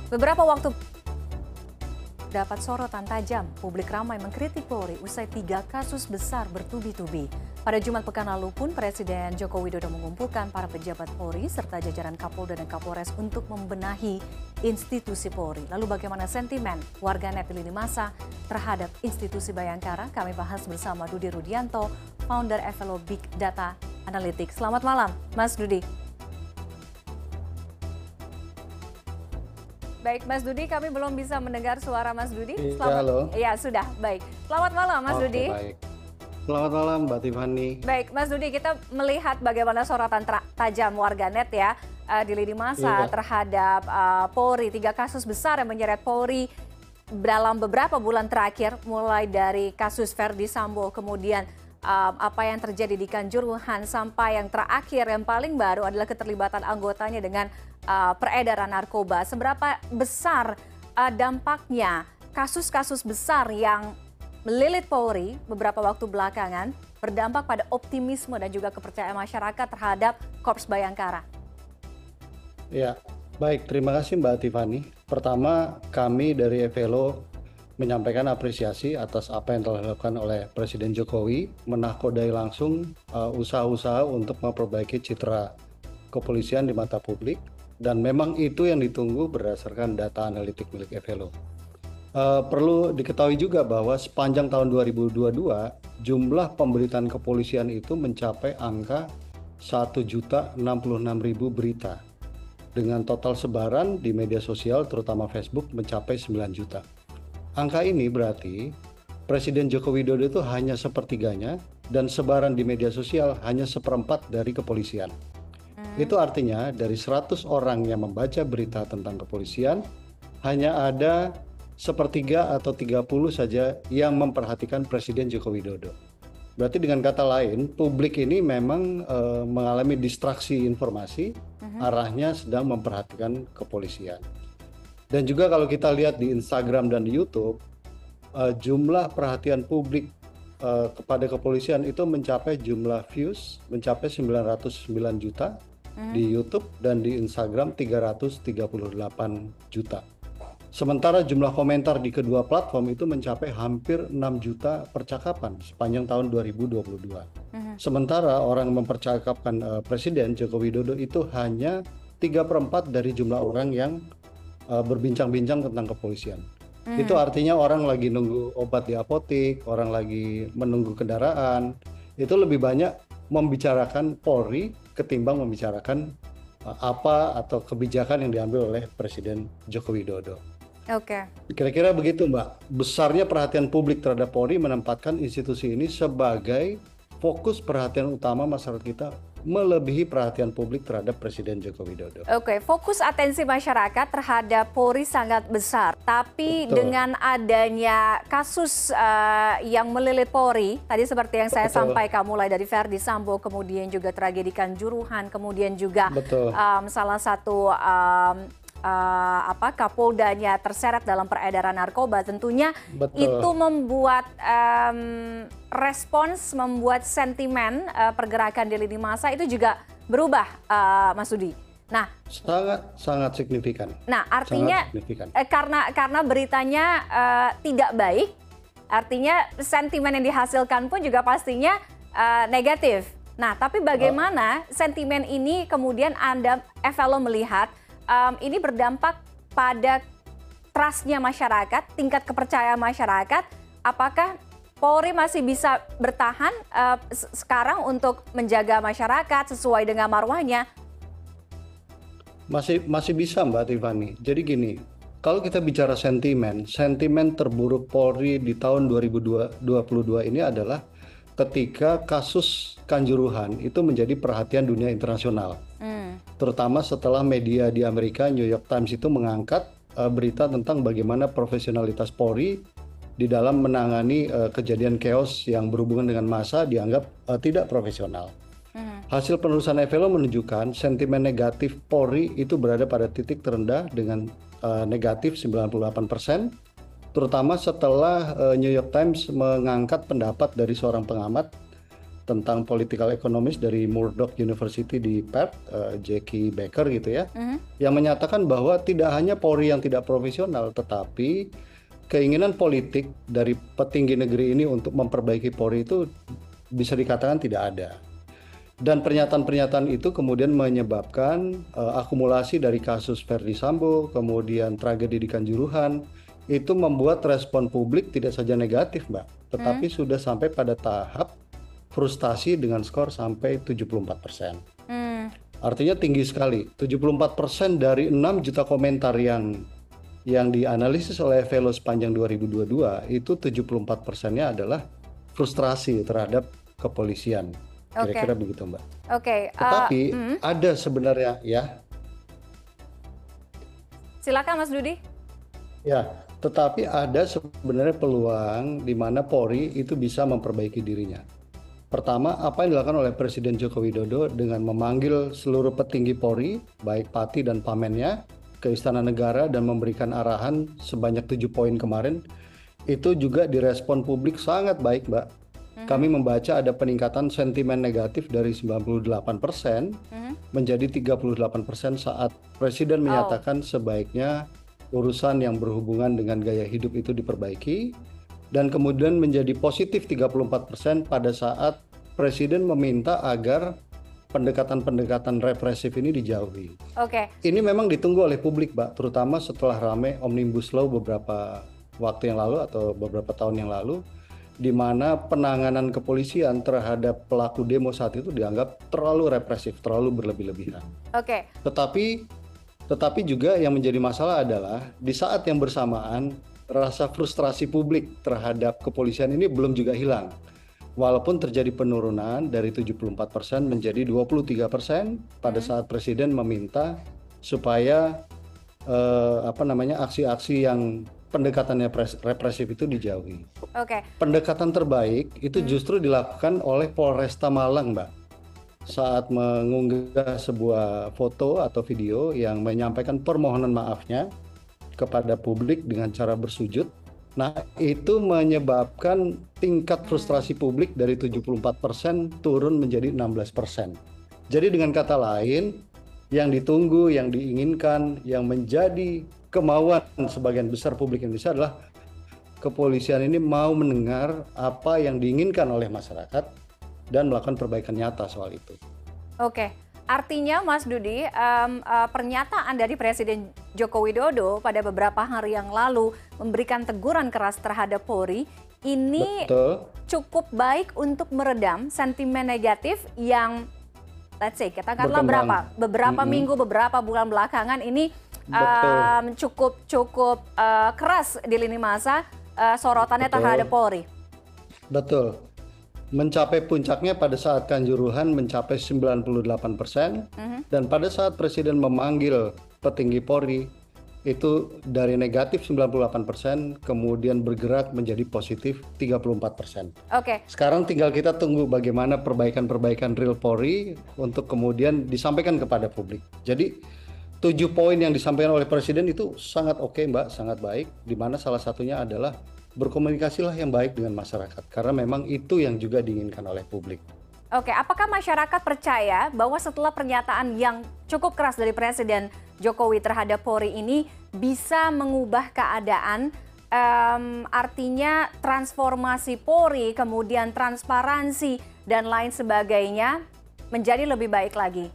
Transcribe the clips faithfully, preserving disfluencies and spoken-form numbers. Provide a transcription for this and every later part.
Beberapa waktu dapat sorotan tajam, publik ramai mengkritik Polri usai tiga kasus besar bertubi-tubi. Pada Jumat pekan lalu pun Presiden Joko Widodo mengumpulkan para pejabat Polri serta jajaran Kapolda dan Kapolres untuk membenahi institusi Polri. Lalu bagaimana sentimen warganet di lini masa terhadap institusi Bayangkara? Kami bahas bersama Dudi Rudianto, founder Evelo Big Data Analytics. Selamat malam, Mas Dudi. Baik, Mas Dudi, kami belum bisa mendengar suara Mas Dudi. Selamat, Selamat, halo. Ya, sudah. Baik. Selamat malam, Mas Oke, Dudi. Baik. Selamat malam, Mbak Tiffany. Baik, Mas Dudi, kita melihat bagaimana sorotan tajam warganet ya uh, di lini masa Iya. terhadap uh, Polri. Tiga kasus besar yang menyeret Polri dalam beberapa bulan terakhir, mulai dari kasus Verdi Sambo, kemudian um, apa yang terjadi di Kanjuruhan, sampai yang terakhir yang paling baru adalah keterlibatan anggotanya dengan uh, peredaran narkoba. Seberapa besar uh, dampaknya kasus-kasus besar yang melilit Polri beberapa waktu belakangan berdampak pada optimisme dan juga kepercayaan masyarakat terhadap Korps Bayangkara? Ya, baik. Terima kasih Mbak Tiffany. Pertama, kami dari Evelo menyampaikan apresiasi atas apa yang telah dilakukan oleh Presiden Jokowi, menahkodai langsung uh, usaha-usaha untuk memperbaiki citra kepolisian di mata publik, dan memang itu yang ditunggu berdasarkan data analitik milik Evelo. Uh, perlu diketahui juga bahwa sepanjang tahun dua ribu dua puluh dua jumlah pemberitaan kepolisian itu mencapai angka satu juta enam puluh enam ribu berita dengan total sebaran di media sosial terutama Facebook mencapai sembilan juta. Angka ini berarti Presiden Joko Widodo itu hanya sepertiganya dan sebaran di media sosial hanya seperempat dari kepolisian. Hmm. Itu artinya dari seratus orang yang membaca berita tentang kepolisian hanya ada sepertiga atau tiga puluh saja yang memperhatikan Presiden Joko Widodo. Berarti dengan kata lain, publik ini memang e, mengalami distraksi informasi, uh-huh. arahnya sedang memperhatikan kepolisian. Dan juga kalau kita lihat di Instagram dan di YouTube, e, jumlah perhatian publik e, kepada kepolisian itu mencapai jumlah views, mencapai sembilan ratus sembilan juta uh-huh. di YouTube, dan di Instagram tiga ratus tiga puluh delapan juta. Sementara jumlah komentar di kedua platform itu mencapai hampir enam juta percakapan sepanjang tahun dua ribu dua puluh dua. Uh-huh. Sementara orang mempercakapkan uh, Presiden Joko Widodo itu hanya tiga per empat dari jumlah orang yang uh, berbincang-bincang tentang kepolisian. Uh-huh. Itu artinya orang lagi nunggu obat di apotik, orang lagi menunggu kendaraan, itu lebih banyak membicarakan Polri ketimbang membicarakan uh, apa atau kebijakan yang diambil oleh Presiden Joko Widodo. Oke. Okay. Kira-kira begitu, Mbak. Besarnya perhatian publik terhadap Polri menempatkan institusi ini sebagai fokus perhatian utama masyarakat kita, melebihi perhatian publik terhadap Presiden Joko Widodo. Oke, okay. Fokus atensi masyarakat terhadap Polri sangat besar. Tapi Betul. Dengan adanya kasus uh, yang melilit Polri, tadi seperti yang saya Betul. Sampaikan, mulai dari Verdi Sambo, kemudian juga tragedi Kanjuruhan, kemudian juga um, salah satu um, Uh, apa Kapoldanya terseret dalam peredaran narkoba, tentunya Betul. Itu membuat um, respons, membuat sentimen uh, pergerakan di lini masa itu juga berubah, uh, Mas Dudi. Nah, sangat sangat signifikan. Nah, artinya signifikan. Eh, karena karena beritanya uh, tidak baik, artinya sentimen yang dihasilkan pun juga pastinya uh, negatif. Nah, tapi bagaimana oh. sentimen ini kemudian Anda Evelo melihat Um, ini berdampak pada trust-nya masyarakat, tingkat kepercayaan masyarakat. Apakah Polri masih bisa bertahan uh, sekarang untuk menjaga masyarakat sesuai dengan marwahnya? Masih masih bisa, Mbak Tiffany. Jadi gini, kalau kita bicara sentimen, sentimen terburuk Polri di tahun dua ribu dua puluh dua ini adalah ketika kasus Kanjuruhan itu menjadi perhatian dunia internasional. Hmm. Terutama setelah media di Amerika, New York Times itu mengangkat uh, berita tentang bagaimana profesionalitas Polri di dalam menangani uh, kejadian chaos yang berhubungan dengan massa dianggap uh, tidak profesional. Hmm. Hasil penelusuran Evelo menunjukkan sentimen negatif Polri itu berada pada titik terendah dengan uh, negatif sembilan puluh delapan persen, terutama setelah uh, New York Times mengangkat pendapat dari seorang pengamat tentang political economist dari Murdoch University di Perth, uh, Jackie Becker gitu ya, Mhm. yang menyatakan bahwa tidak hanya Polri yang tidak profesional, tetapi keinginan politik dari petinggi negeri ini untuk memperbaiki Polri itu bisa dikatakan tidak ada. Dan pernyataan-pernyataan itu kemudian menyebabkan uh, akumulasi dari kasus Verdi Sambo, kemudian tragedi di Kanjuruhan, itu membuat respon publik tidak saja negatif, Mbak, tetapi Hmm. sudah sampai pada tahap frustasi dengan skor sampai tujuh puluh empat persen. Hmm. Artinya tinggi sekali, tujuh puluh empat persen dari enam juta komentar yang yang dianalisis oleh Velo sepanjang dua ribu dua puluh dua, itu tujuh puluh empat persennya adalah frustrasi terhadap kepolisian. Oke. Kira-kira begitu, Mbak. Oke. uh, Tetapi mm, ada sebenarnya ya, silakan Mas Dudi. ya, tetapi ada sebenarnya peluang di mana Polri itu bisa memperbaiki dirinya. Pertama, apa yang dilakukan oleh Presiden Joko Widodo dengan memanggil seluruh petinggi Polri, baik Pati dan Pamennya, ke Istana Negara dan memberikan arahan sebanyak tujuh poin kemarin, itu juga direspon publik sangat baik, Mbak. Kami membaca ada peningkatan sentimen negatif dari sembilan puluh delapan persen Mhm. menjadi tiga puluh delapan persen saat Presiden menyatakan sebaiknya urusan yang berhubungan dengan gaya hidup itu diperbaiki, dan kemudian menjadi positif tiga puluh empat persen pada saat Presiden meminta agar pendekatan-pendekatan represif ini dijauhi. Oke. Ini memang ditunggu oleh publik, Mbak, terutama setelah rame Omnibus Law beberapa waktu yang lalu atau beberapa tahun yang lalu, di mana penanganan kepolisian terhadap pelaku demo saat itu dianggap terlalu represif, terlalu berlebih-lebihan. Oke. Tetapi tetapi juga yang menjadi masalah adalah di saat yang bersamaan rasa frustrasi publik terhadap kepolisian ini belum juga hilang. Walaupun terjadi penurunan dari tujuh puluh empat persen menjadi dua puluh tiga persen pada saat Presiden meminta supaya eh, apa namanya aksi-aksi yang pendekatannya represif itu dijauhi. Oke. Pendekatan terbaik itu justru dilakukan oleh Polresta Malang, Mbak, saat mengunggah sebuah foto atau video yang menyampaikan permohonan maafnya kepada publik dengan cara bersujud. Nah, itu menyebabkan tingkat frustrasi publik dari tujuh puluh empat persen turun menjadi enam belas persen. Jadi dengan kata lain, yang ditunggu, yang diinginkan, yang menjadi kemauan sebagian besar publik Indonesia adalah kepolisian ini mau mendengar apa yang diinginkan oleh masyarakat dan melakukan perbaikan nyata soal itu. Oke, artinya Mas Dudi, um, uh, pernyataan dari Presiden Joko Widodo pada beberapa hari yang lalu memberikan teguran keras terhadap Polri, ini Betul. cukup baik untuk meredam sentimen negatif yang, let's say, katakanlah Berkembang. berapa, beberapa Mm-mm. minggu, beberapa bulan belakangan ini Betul. um, cukup cukup uh, keras di lini masa uh, sorotannya Betul. terhadap Polri. Betul. Mencapai puncaknya pada saat Kanjuruhan mencapai sembilan puluh delapan persen, Mhm. dan pada saat Presiden memanggil petinggi Polri itu dari negatif sembilan puluh delapan persen kemudian bergerak menjadi positif tiga puluh empat persen. Oke. Sekarang tinggal kita tunggu bagaimana perbaikan-perbaikan real Polri untuk kemudian disampaikan kepada publik. Jadi tujuh poin yang disampaikan oleh Presiden itu sangat oke, Mbak, sangat baik, di mana salah satunya adalah berkomunikasilah yang baik dengan masyarakat, karena memang itu yang juga diinginkan oleh publik. Oke, apakah masyarakat percaya bahwa setelah pernyataan yang cukup keras dari Presiden Jokowi terhadap Polri ini bisa mengubah keadaan, um, artinya transformasi Polri, kemudian transparansi dan lain sebagainya menjadi lebih baik lagi?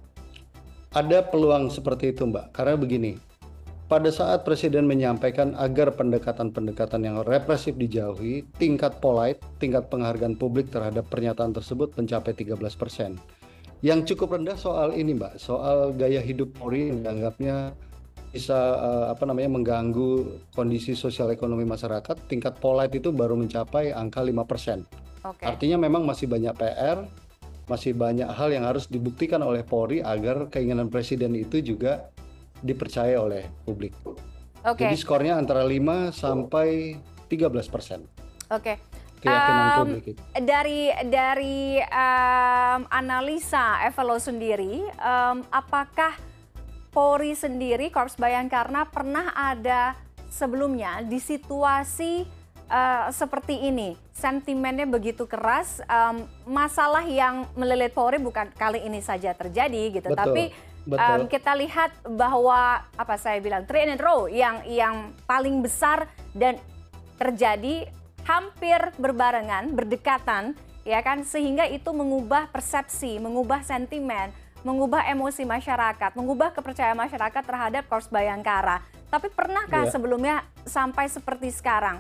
Ada peluang seperti itu, Mbak, karena begini, pada saat Presiden menyampaikan agar pendekatan-pendekatan yang represif dijauhi, tingkat polite, tingkat penghargaan publik terhadap pernyataan tersebut mencapai tiga belas persen. Yang cukup rendah soal ini, Mbak, soal gaya hidup Polri yang dianggapnya bisa uh, apa namanya mengganggu kondisi sosial ekonomi masyarakat, tingkat polite itu baru mencapai angka lima persen. Oke. Artinya memang masih banyak P R, masih banyak hal yang harus dibuktikan oleh Polri agar keinginan Presiden itu juga dipercaya oleh publik. Oke. Jadi skornya antara lima sampai tiga belas persen. Oke. Keyakinan Um, publik itu. dari dari um, analisa Evelo sendiri, um, apakah Polri sendiri, Korps Bayangkara pernah ada sebelumnya di situasi uh, seperti ini, sentimennya begitu keras, um, masalah yang melilit Polri bukan kali ini saja terjadi gitu, Betul, tapi um, betul. kita lihat bahwa apa saya bilang three in a row yang yang paling besar dan terjadi hampir berbarengan, berdekatan, ya kan, sehingga itu mengubah persepsi, mengubah sentimen, mengubah emosi masyarakat, mengubah kepercayaan masyarakat terhadap Korps Bayangkara. Tapi pernahkah Iya. sebelumnya sampai seperti sekarang?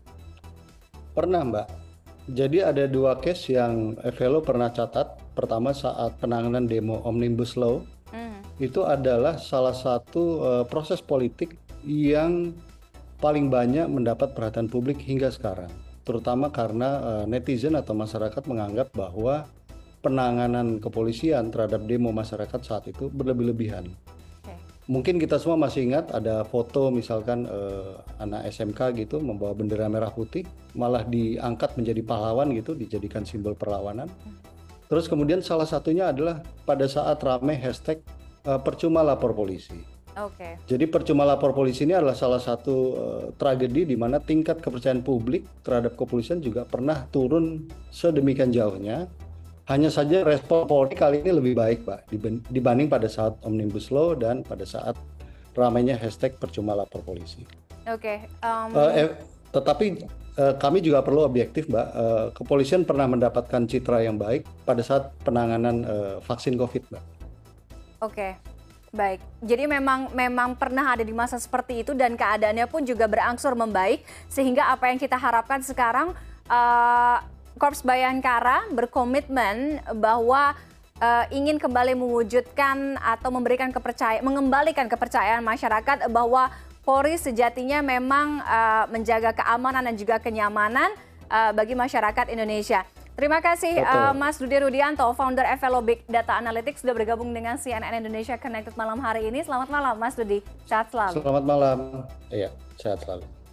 Pernah, Mbak. Jadi ada dua case yang Evelo pernah catat. Pertama saat penanganan demo Omnibus Law, Hmm. itu adalah salah satu uh, proses politik yang paling banyak mendapat perhatian publik hingga sekarang. Terutama karena uh, netizen atau masyarakat menganggap bahwa penanganan kepolisian terhadap demo masyarakat saat itu berlebih-lebihan. Oke. Mungkin kita semua masih ingat ada foto misalkan uh, anak S M K gitu membawa bendera merah putih, malah diangkat menjadi pahlawan gitu, dijadikan simbol perlawanan. Terus kemudian salah satunya adalah pada saat ramai hashtag uh, percuma lapor polisi. Oke. Jadi percuma lapor polisi ini adalah salah satu uh, tragedi di mana tingkat kepercayaan publik terhadap kepolisian juga pernah turun sedemikian jauhnya. Hanya saja respon Polri kali ini lebih baik, Pak, dibanding pada saat Omnibus Law dan pada saat ramainya hashtag percuma lapor polisi. Oke. Um, Uh, eh, tetapi uh, kami juga perlu objektif, Mbak. Uh, kepolisian pernah mendapatkan citra yang baik pada saat penanganan uh, vaksin COVID, Mbak. Oke. Baik, jadi memang memang pernah ada di masa seperti itu dan keadaannya pun juga berangsur membaik sehingga apa yang kita harapkan sekarang uh, Korps Bayangkara berkomitmen bahwa uh, ingin kembali mewujudkan atau memberikan kepercayaan, mengembalikan kepercayaan masyarakat bahwa Polri sejatinya memang uh, menjaga keamanan dan juga kenyamanan uh, bagi masyarakat Indonesia. Terima kasih uh, Mas Dudi Rudianto, founder Evelo Big Data Analytics, sudah bergabung dengan C N N Indonesia Connected malam hari ini. Selamat malam Mas Dudi, sehat selalu. Selamat malam. Iya, sehat selalu.